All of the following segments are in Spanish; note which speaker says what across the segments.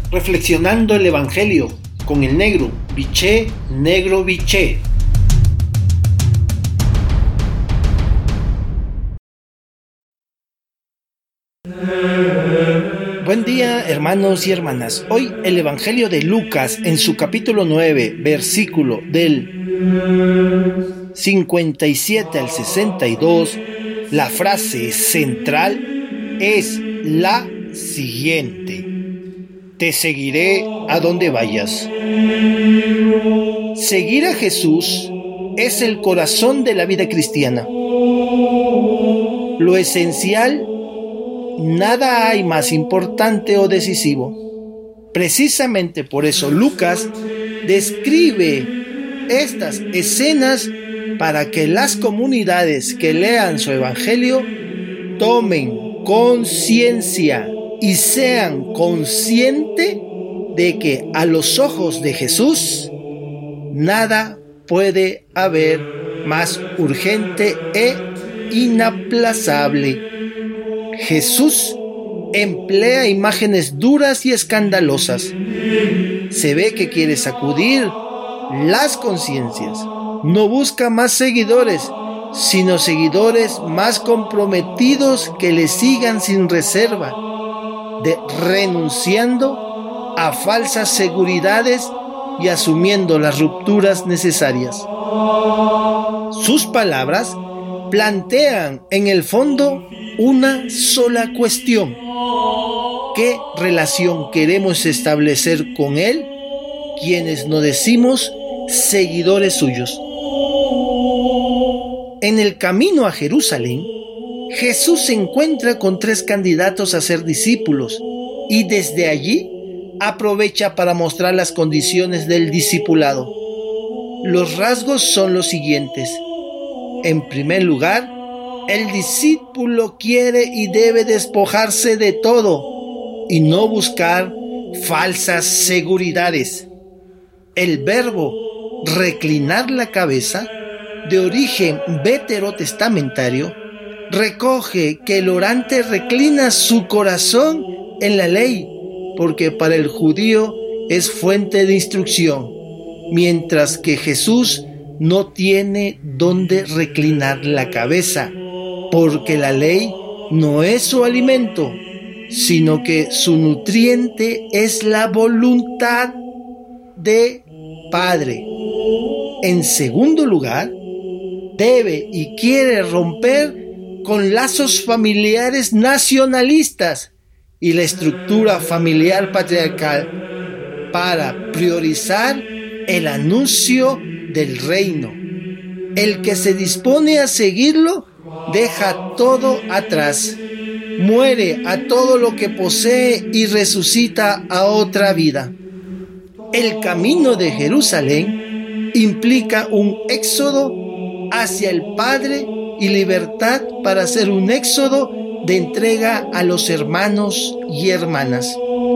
Speaker 1: Reflexionando el Evangelio con el negro Biché. Buen día, hermanos y hermanas. Hoy el Evangelio de Lucas, en su capítulo 9, versículo del 57 al 62, la frase central es la siguiente: te seguiré a donde vayas. Seguir a Jesús es el corazón de la vida cristiana. Lo esencial, nada hay más importante o decisivo. Precisamente por eso Lucas describe estas escenas para que las comunidades que lean su evangelio tomen conciencia y sean conscientes de que a los ojos de Jesús nada puede haber más urgente e inaplazable. Jesús emplea imágenes duras y escandalosas. Se ve que quiere sacudir las conciencias. No busca más seguidores, sino seguidores más comprometidos que le sigan sin reserva, renunciando a falsas seguridades y asumiendo las rupturas necesarias. Sus palabras plantean en el fondo una sola cuestión: ¿qué relación queremos establecer con Él, quienes nos decimos seguidores suyos? En el camino a Jerusalén, Jesús se encuentra con 3 candidatos a ser discípulos y desde allí aprovecha para mostrar las condiciones del discipulado. Los rasgos son los siguientes. En primer lugar, el discípulo quiere y debe despojarse de todo y no buscar falsas seguridades. El verbo reclinar la cabeza, de origen veterotestamentario, recoge que el orante reclina su corazón en la ley, porque para el judío es fuente de instrucción, mientras que Jesús no tiene dónde reclinar la cabeza, porque la ley no es su alimento, sino que su nutriente es la voluntad de Padre. En segundo lugar, debe y quiere romper con lazos familiares nacionalistas y la estructura familiar patriarcal para priorizar el anuncio del reino. El que se dispone a seguirlo deja todo atrás, muere a todo lo que posee y resucita a otra vida. El camino de Jerusalén implica un éxodo hacia el Padre y libertad para hacer un éxodo de entrega a los hermanos y hermanas.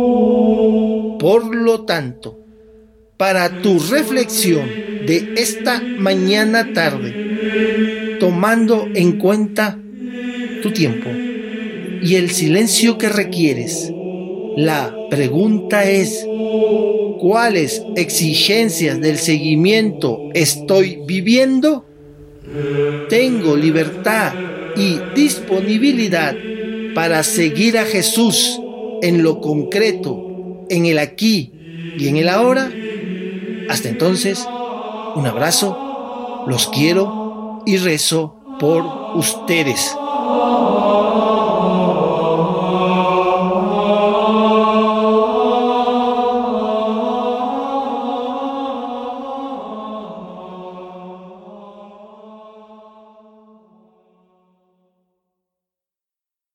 Speaker 1: Por lo tanto, para tu reflexión de esta mañana tarde, tomando en cuenta tu tiempo y el silencio que requieres, la pregunta es: ¿cuáles exigencias del seguimiento estoy viviendo? ¿Tengo libertad y disponibilidad para seguir a Jesús en lo concreto, en el aquí y en el ahora? Hasta entonces, un abrazo, los quiero y rezo por ustedes.